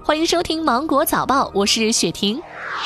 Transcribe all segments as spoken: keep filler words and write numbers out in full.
欢迎收听芒果早报，我是雪婷。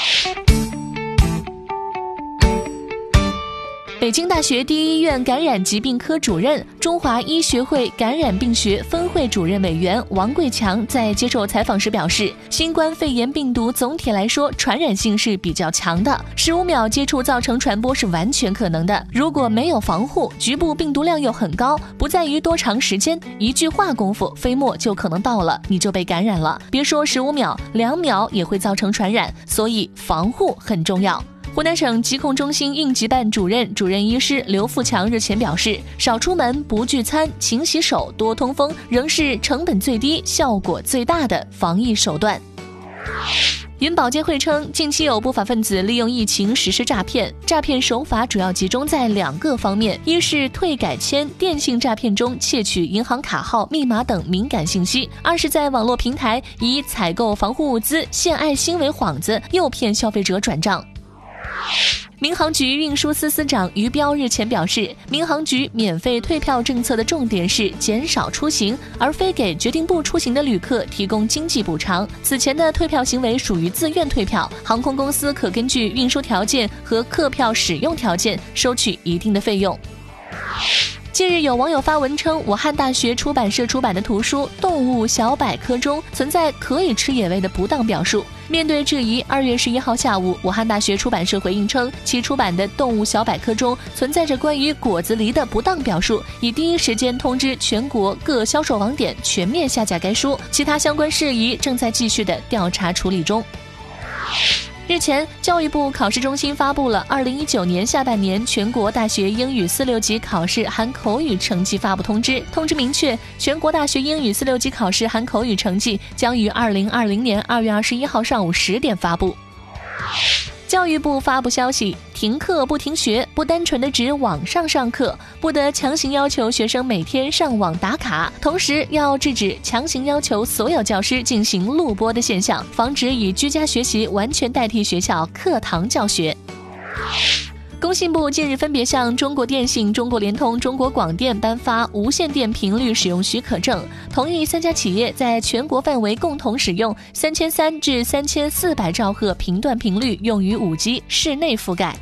北京大学第一医院感染疾病科主任、中华医学会感染病学分会主任委员王贵强在接受采访时表示，新冠肺炎病毒总体来说传染性是比较强的，十五秒接触造成传播是完全可能的。如果没有防护，局部病毒量又很高，不在于多长时间，一句话功夫，飞沫就可能到了，你就被感染了。别说十五秒，两秒也会造成传染，所以防护很重要。湖南省疾控中心应急办主任、主任医师刘富强日前表示，少出门、不聚餐、勤洗手、多通风，仍是成本最低、效果最大的防疫手段。云保监会称，近期有不法分子利用疫情实施诈骗，诈骗手法主要集中在两个方面：一是退改签、电信诈骗中窃取银行卡号、密码等敏感信息；二是在网络平台以采购防护物资、献爱心为幌子，诱骗消费者转账。民航局运输司司长于彪日前表示，民航局免费退票政策的重点是减少出行，而非给决定不出行的旅客提供经济补偿。此前的退票行为属于自愿退票，航空公司可根据运输条件和客票使用条件收取一定的费用。近日有网友发文称，武汉大学出版社出版的图书《动物小百科》中存在可以吃野味的不当表述。面对质疑，二月十一号下午，武汉大学出版社回应称，其出版的《动物小百科》中存在着关于果子狸的不当表述，已第一时间通知全国各销售网点全面下架该书，其他相关事宜正在继续的调查处理中。日前，教育部考试中心发布了二零一九年下半年全国大学英语四六级考试含口语成绩发布通知。通知明确，全国大学英语四六级考试含口语成绩将于二零二零年二月二十一号上午十点发布。教育部发布消息，停课不停学不单纯的指网上上课，不得强行要求学生每天上网打卡，同时要制止强行要求所有教师进行录播的现象，防止以居家学习完全代替学校课堂教学。工信部近日分别向中国电信、中国联通、中国广电颁发无线电频率使用许可证，同意三家企业在全国范围共同使用三千三至三千四百兆赫频段频率用于 五 G 室内覆盖。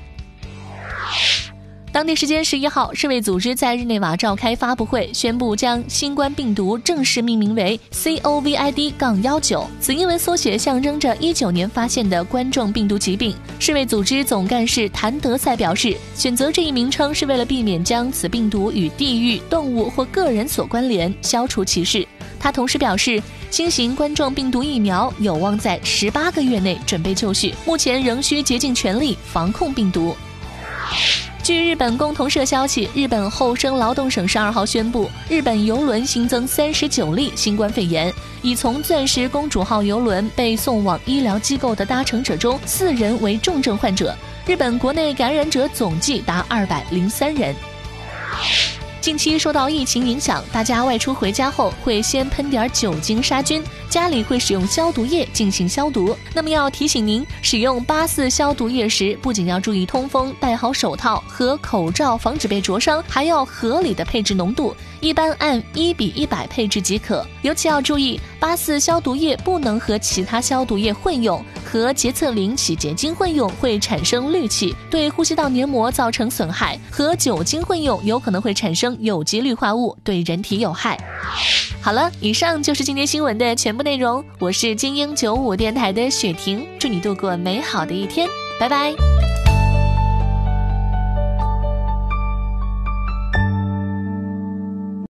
当地时间十一号，世卫组织在日内瓦召开发布会，宣布将新冠病毒正式命名为 C O V I D 十九， 此英文缩写象征着一九年发现的冠状病毒疾病。世卫组织总干事谭德赛表示，选择这一名称是为了避免将此病毒与地域、动物或个人所关联，消除歧视。他同时表示，新型冠状病毒疫苗有望在十八个月内准备就绪，目前仍需竭尽全力防控病毒。据日本共同社消息，日本厚生劳动省十二号宣布，日本邮轮新增三十九例新冠肺炎，已从钻石公主号邮轮被送往医疗机构的搭乘者中，四人为重症患者。日本国内感染者总计达二百零三人。近期受到疫情影响，大家外出回家后会先喷点酒精杀菌，家里会使用消毒液进行消毒。那么要提醒您，使用八四消毒液时，不仅要注意通风、戴好手套和口罩，防止被灼伤，还要合理的配置浓度，一般按一比一百配置即可。尤其要注意，八四消毒液不能和其他消毒液混用，和洁厕灵洗洁精混用会产生氯气，对呼吸道黏膜造成损害；和酒精混用有可能会产生有机氯化物，对人体有害。好了，以上就是今天新闻的全部内容，我是精英九五电台的雪婷，祝你度过美好的一天，拜拜。